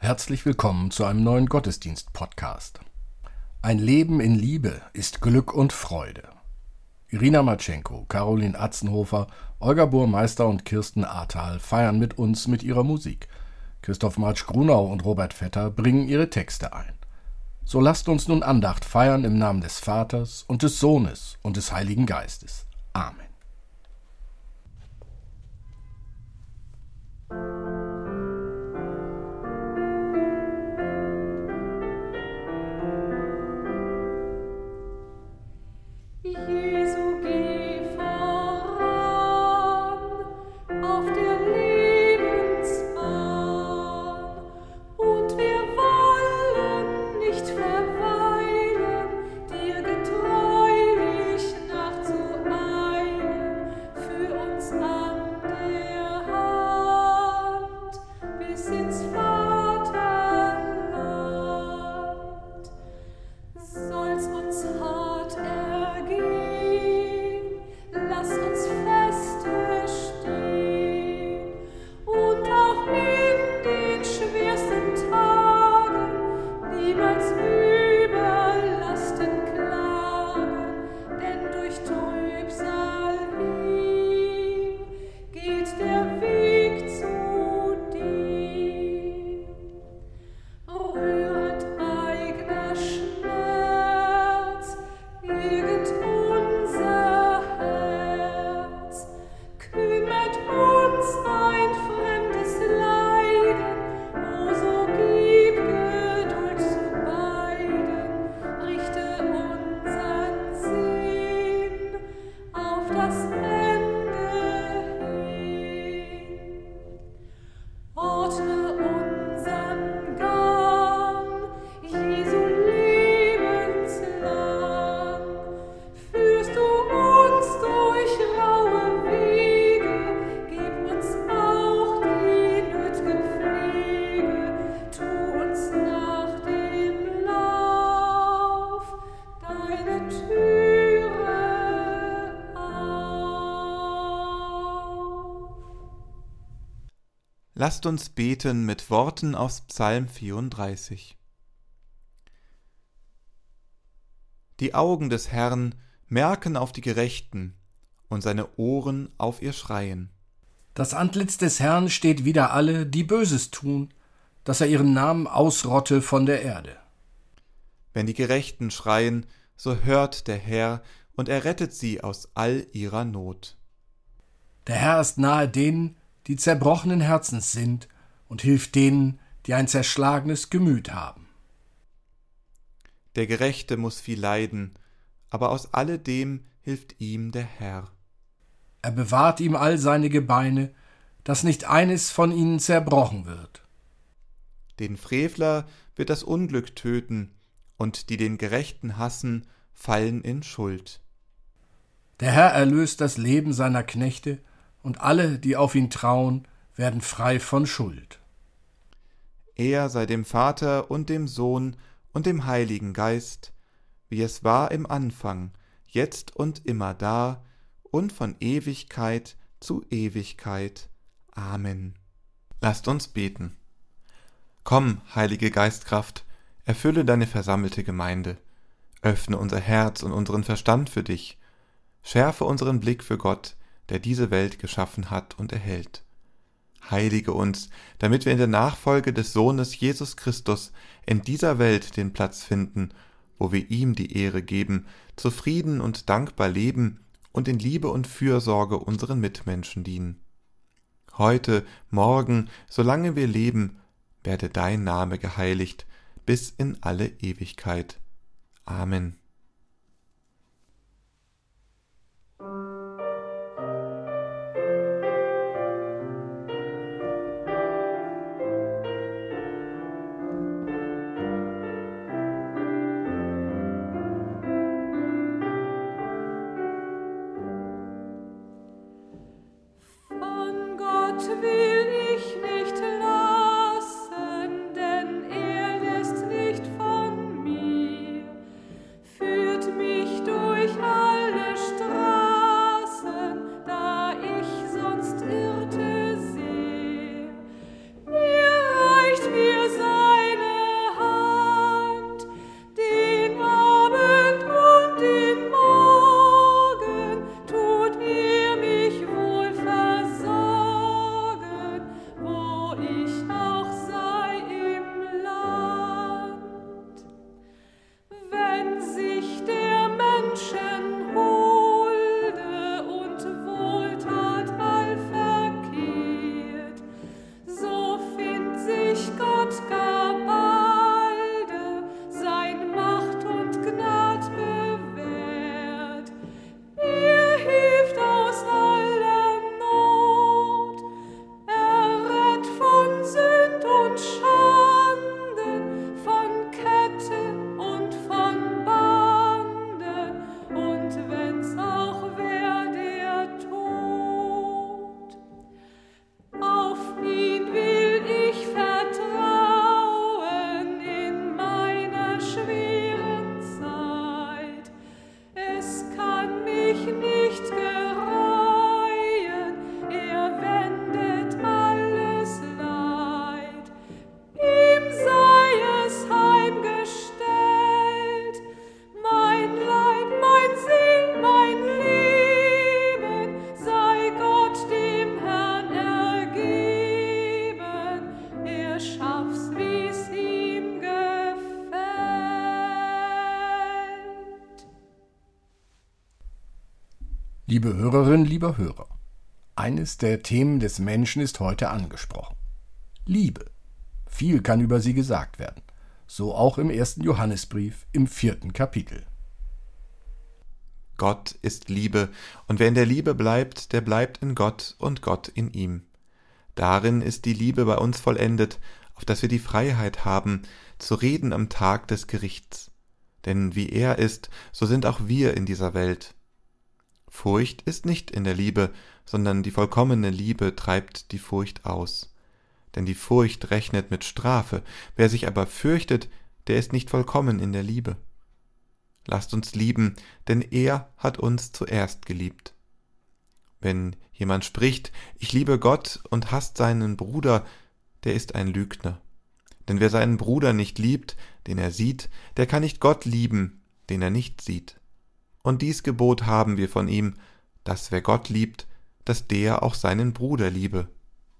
Herzlich willkommen zu einem neuen Gottesdienst-Podcast. Ein Leben in Liebe ist Glück und Freude. Irina Matschenko, Caroline Atzenhofer, Olga Burmeister und Kirsten Ahrtal feiern mit uns mit ihrer Musik. Christoph Marsch-Grunau und Robert Vetter bringen ihre Texte ein. So lasst uns nun Andacht feiern im Namen des Vaters und des Sohnes und des Heiligen Geistes. Amen. Lasst uns beten mit Worten aus Psalm 34. Die Augen des Herrn merken auf die Gerechten und seine Ohren auf ihr Schreien. Das Antlitz des Herrn steht wider alle, die Böses tun, dass er ihren Namen ausrotte von der Erde. Wenn die Gerechten schreien, so hört der Herr und er rettet sie aus all ihrer Not. Der Herr ist nahe denen, die zerbrochenen Herzens sind, und hilft denen, die ein zerschlagenes Gemüt haben. Der Gerechte muss viel leiden, aber aus alledem hilft ihm der Herr. Er bewahrt ihm all seine Gebeine, dass nicht eines von ihnen zerbrochen wird. Den Frevler wird das Unglück töten, und die den Gerechten hassen, fallen in Schuld. Der Herr erlöst das Leben seiner Knechte, und alle, die auf ihn trauen, werden frei von Schuld. Er sei dem Vater und dem Sohn und dem Heiligen Geist, wie es war im Anfang, jetzt und immer da und von Ewigkeit zu Ewigkeit. Amen. Lasst uns beten. Komm, Heilige Geistkraft, erfülle deine versammelte Gemeinde. Öffne unser Herz und unseren Verstand für dich. Schärfe unseren Blick für Gott, der diese Welt geschaffen hat und erhält. Heilige uns, damit wir in der Nachfolge des Sohnes Jesus Christus in dieser Welt den Platz finden, wo wir ihm die Ehre geben, zufrieden und dankbar leben und in Liebe und Fürsorge unseren Mitmenschen dienen. Heute, morgen, solange wir leben, werde dein Name geheiligt, bis in alle Ewigkeit. Amen. Für Liebe Hörerinnen, lieber Hörer, eines der Themen des Menschen ist heute angesprochen. Liebe. Viel kann über sie gesagt werden. So auch im 1. Johannesbrief im 4. Kapitel. Gott ist Liebe, und wer in der Liebe bleibt, der bleibt in Gott und Gott in ihm. Darin ist die Liebe bei uns vollendet, auf dass wir die Freiheit haben, zu reden am Tag des Gerichts. Denn wie er ist, so sind auch wir in dieser Welt. Furcht ist nicht in der Liebe, sondern die vollkommene Liebe treibt die Furcht aus. Denn die Furcht rechnet mit Strafe, wer sich aber fürchtet, der ist nicht vollkommen in der Liebe. Lasst uns lieben, denn er hat uns zuerst geliebt. Wenn jemand spricht, ich liebe Gott und hasst seinen Bruder, der ist ein Lügner. Denn wer seinen Bruder nicht liebt, den er sieht, der kann nicht Gott lieben, den er nicht sieht. Und dies Gebot haben wir von ihm, dass wer Gott liebt, dass der auch seinen Bruder liebe.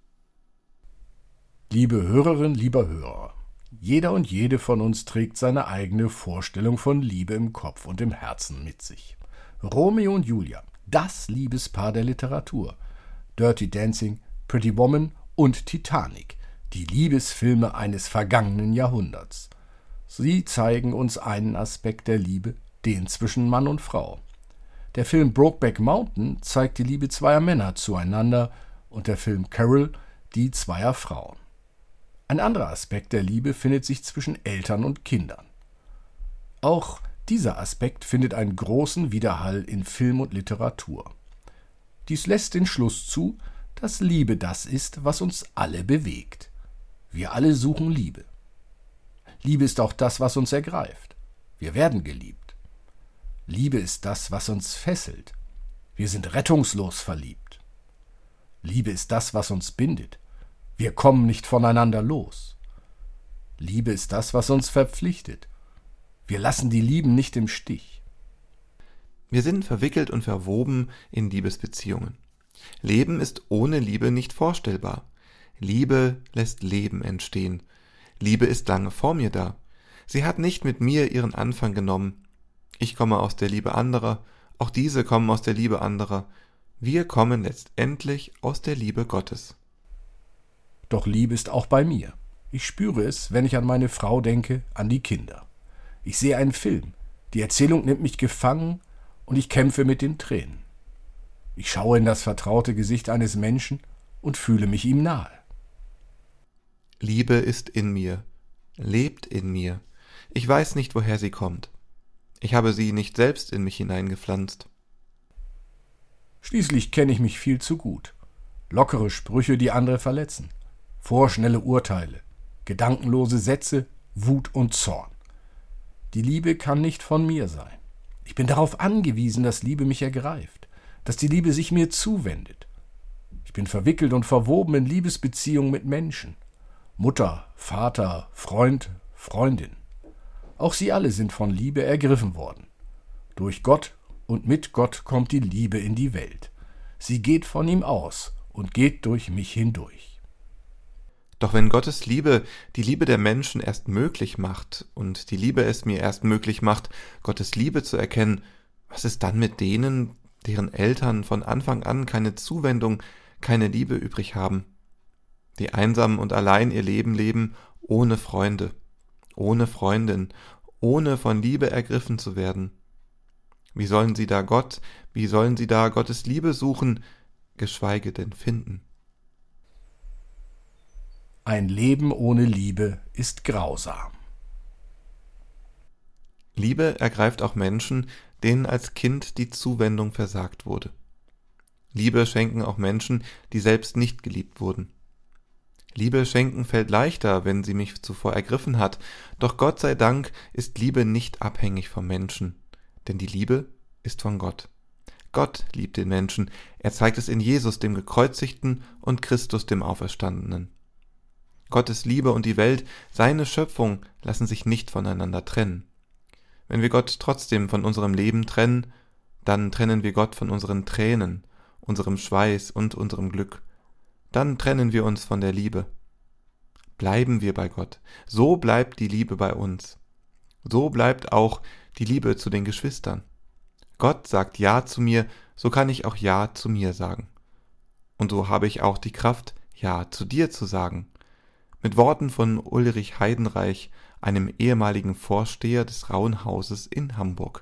Liebe Hörerin, lieber Hörer, jeder und jede von uns trägt seine eigene Vorstellung von Liebe im Kopf und im Herzen mit sich. Romeo und Julia, das Liebespaar der Literatur. Dirty Dancing, Pretty Woman und Titanic, die Liebesfilme eines vergangenen Jahrhunderts. Sie zeigen uns einen Aspekt der Liebe, den zwischen Mann und Frau. Der Film Brokeback Mountain zeigt die Liebe zweier Männer zueinander und der Film Carol die zweier Frauen. Ein anderer Aspekt der Liebe findet sich zwischen Eltern und Kindern. Auch dieser Aspekt findet einen großen Widerhall in Film und Literatur. Dies lässt den Schluss zu, dass Liebe das ist, was uns alle bewegt. Wir alle suchen Liebe. Liebe ist auch das, was uns ergreift. Wir werden geliebt. Liebe ist das, was uns fesselt. Wir sind rettungslos verliebt. Liebe ist das, was uns bindet. Wir kommen nicht voneinander los. Liebe ist das, was uns verpflichtet. Wir lassen die Lieben nicht im Stich. Wir sind verwickelt und verwoben in Liebesbeziehungen. Leben ist ohne Liebe nicht vorstellbar. Liebe lässt Leben entstehen. Liebe ist lange vor mir da. Sie hat nicht mit mir ihren Anfang genommen. Ich komme aus der Liebe anderer, auch diese kommen aus der Liebe anderer. Wir kommen letztendlich aus der Liebe Gottes. Doch Liebe ist auch bei mir. Ich spüre es, wenn ich an meine Frau denke, an die Kinder. Ich sehe einen Film, die Erzählung nimmt mich gefangen und ich kämpfe mit den Tränen. Ich schaue in das vertraute Gesicht eines Menschen und fühle mich ihm nahe. Liebe ist in mir, lebt in mir. Ich weiß nicht, woher sie kommt. Ich habe sie nicht selbst in mich hineingepflanzt. Schließlich kenne ich mich viel zu gut. Lockere Sprüche, die andere verletzen. Vorschnelle Urteile, gedankenlose Sätze, Wut und Zorn. Die Liebe kann nicht von mir sein. Ich bin darauf angewiesen, dass Liebe mich ergreift, dass die Liebe sich mir zuwendet. Ich bin verwickelt und verwoben in Liebesbeziehungen mit Menschen. Mutter, Vater, Freund, Freundin. Auch sie alle sind von Liebe ergriffen worden. Durch Gott und mit Gott kommt die Liebe in die Welt. Sie geht von ihm aus und geht durch mich hindurch. Doch wenn Gottes Liebe die Liebe der Menschen erst möglich macht und die Liebe es mir erst möglich macht, Gottes Liebe zu erkennen, was ist dann mit denen, deren Eltern von Anfang an keine Zuwendung, keine Liebe übrig haben? Die einsam und allein ihr Leben leben, ohne Freunde, ohne Freundin, ohne von Liebe ergriffen zu werden. Wie sollen sie da Gottes Liebe suchen, geschweige denn finden? Ein Leben ohne Liebe ist grausam. Liebe ergreift auch Menschen, denen als Kind die Zuwendung versagt wurde. Liebe schenken auch Menschen, die selbst nicht geliebt wurden. Liebe schenken fällt leichter, wenn sie mich zuvor ergriffen hat, doch Gott sei Dank ist Liebe nicht abhängig vom Menschen, denn die Liebe ist von Gott. Gott liebt den Menschen, er zeigt es in Jesus, dem Gekreuzigten, und Christus, dem Auferstandenen. Gottes Liebe und die Welt, seine Schöpfung, lassen sich nicht voneinander trennen. Wenn wir Gott trotzdem von unserem Leben trennen, dann trennen wir Gott von unseren Tränen, unserem Schweiß und unserem Glück. Dann trennen wir uns von der Liebe. Bleiben wir bei Gott, so bleibt die Liebe bei uns. So bleibt auch die Liebe zu den Geschwistern. Gott sagt Ja zu mir, so kann ich auch Ja zu mir sagen. Und so habe ich auch die Kraft, Ja zu dir zu sagen. Mit Worten von Ulrich Heidenreich, einem ehemaligen Vorsteher des Rauen Hauses in Hamburg.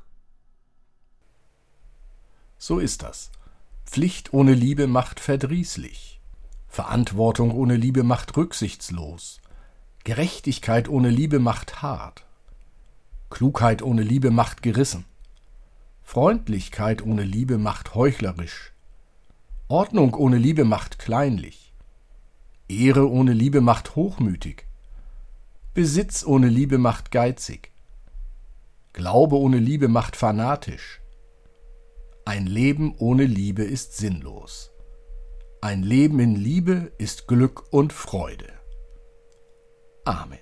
So ist das. Pflicht ohne Liebe macht verdrießlich. Verantwortung ohne Liebe macht rücksichtslos. Gerechtigkeit ohne Liebe macht hart. Klugheit ohne Liebe macht gerissen. Freundlichkeit ohne Liebe macht heuchlerisch. Ordnung ohne Liebe macht kleinlich. Ehre ohne Liebe macht hochmütig. Besitz ohne Liebe macht geizig. Glaube ohne Liebe macht fanatisch. Ein Leben ohne Liebe ist sinnlos. Ein Leben in Liebe ist Glück und Freude. Amen.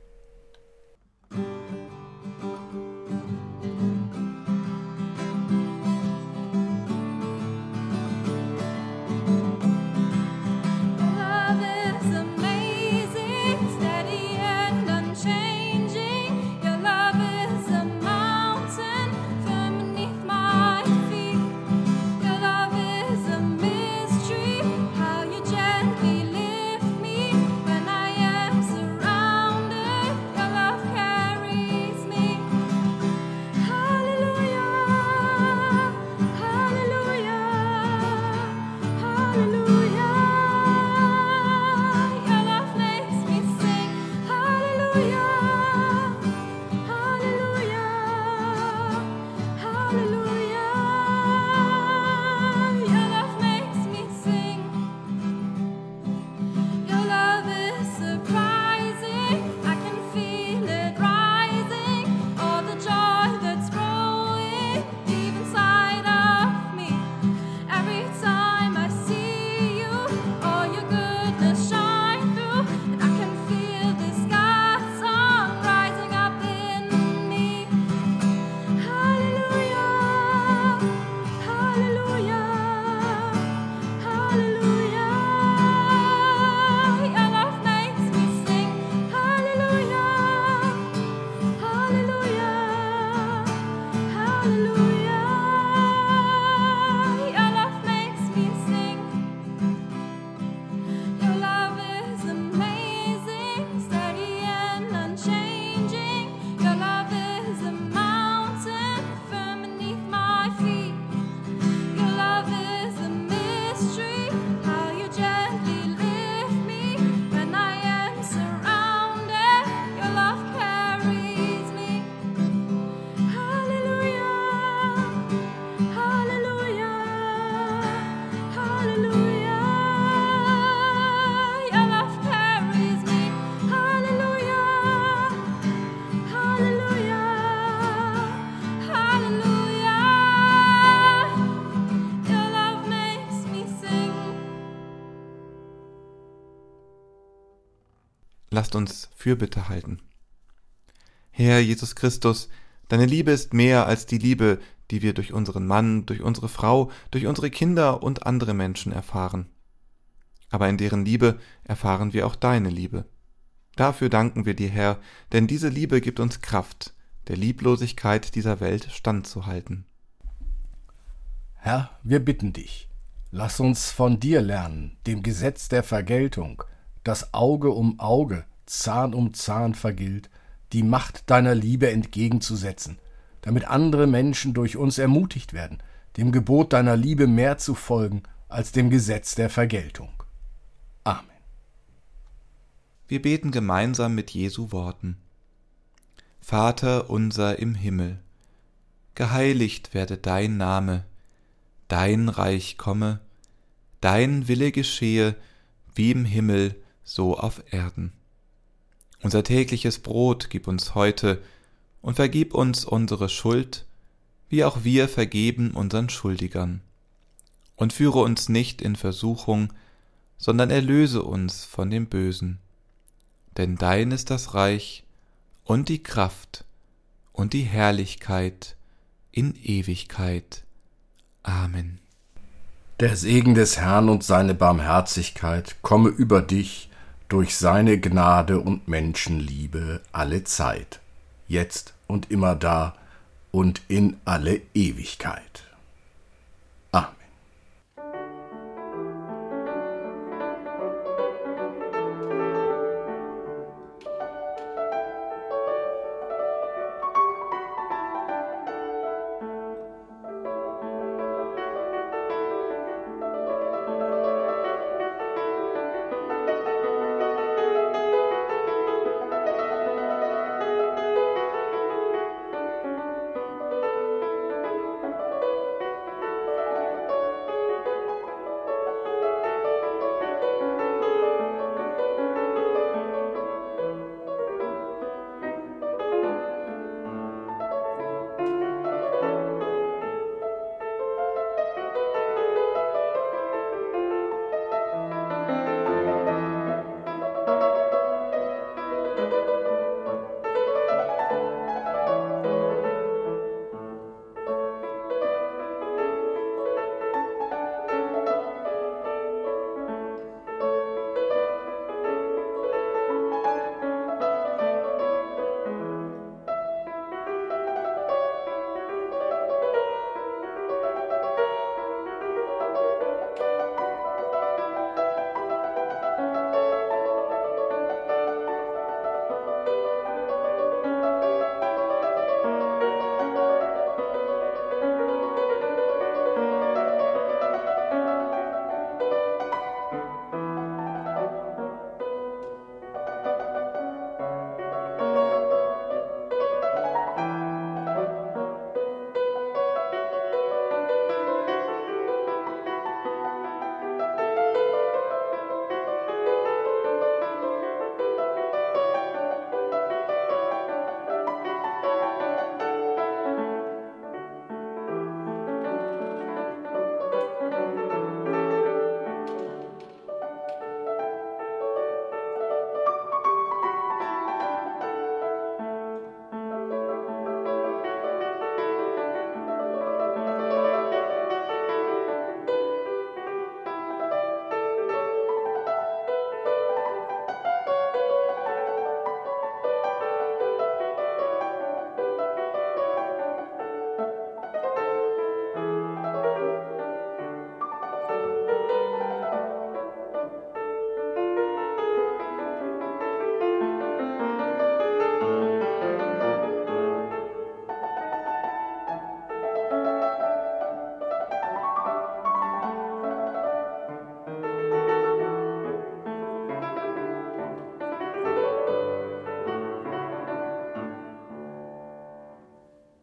Lasst uns Fürbitte halten. Herr Jesus Christus, deine Liebe ist mehr als die Liebe, die wir durch unseren Mann, durch unsere Frau, durch unsere Kinder und andere Menschen erfahren. Aber in deren Liebe erfahren wir auch deine Liebe. Dafür danken wir dir, Herr, denn diese Liebe gibt uns Kraft, der Lieblosigkeit dieser Welt standzuhalten. Herr, wir bitten dich, lass uns von dir lernen, dem Gesetz der Vergeltung, das Auge um Auge, Zahn um Zahn vergilt, die Macht deiner Liebe entgegenzusetzen, damit andere Menschen durch uns ermutigt werden, dem Gebot deiner Liebe mehr zu folgen als dem Gesetz der Vergeltung. Amen. Wir beten gemeinsam mit Jesu Worten. Vater unser im Himmel, geheiligt werde dein Name, dein Reich komme, dein Wille geschehe, wie im Himmel, so auf Erden. Unser tägliches Brot gib uns heute und vergib uns unsere Schuld, wie auch wir vergeben unseren Schuldigern. Und führe uns nicht in Versuchung, sondern erlöse uns von dem Bösen. Denn dein ist das Reich und die Kraft und die Herrlichkeit in Ewigkeit. Amen. Der Segen des Herrn und seine Barmherzigkeit komme über dich durch seine Gnade und Menschenliebe alle Zeit, jetzt und immerdar und in alle Ewigkeit.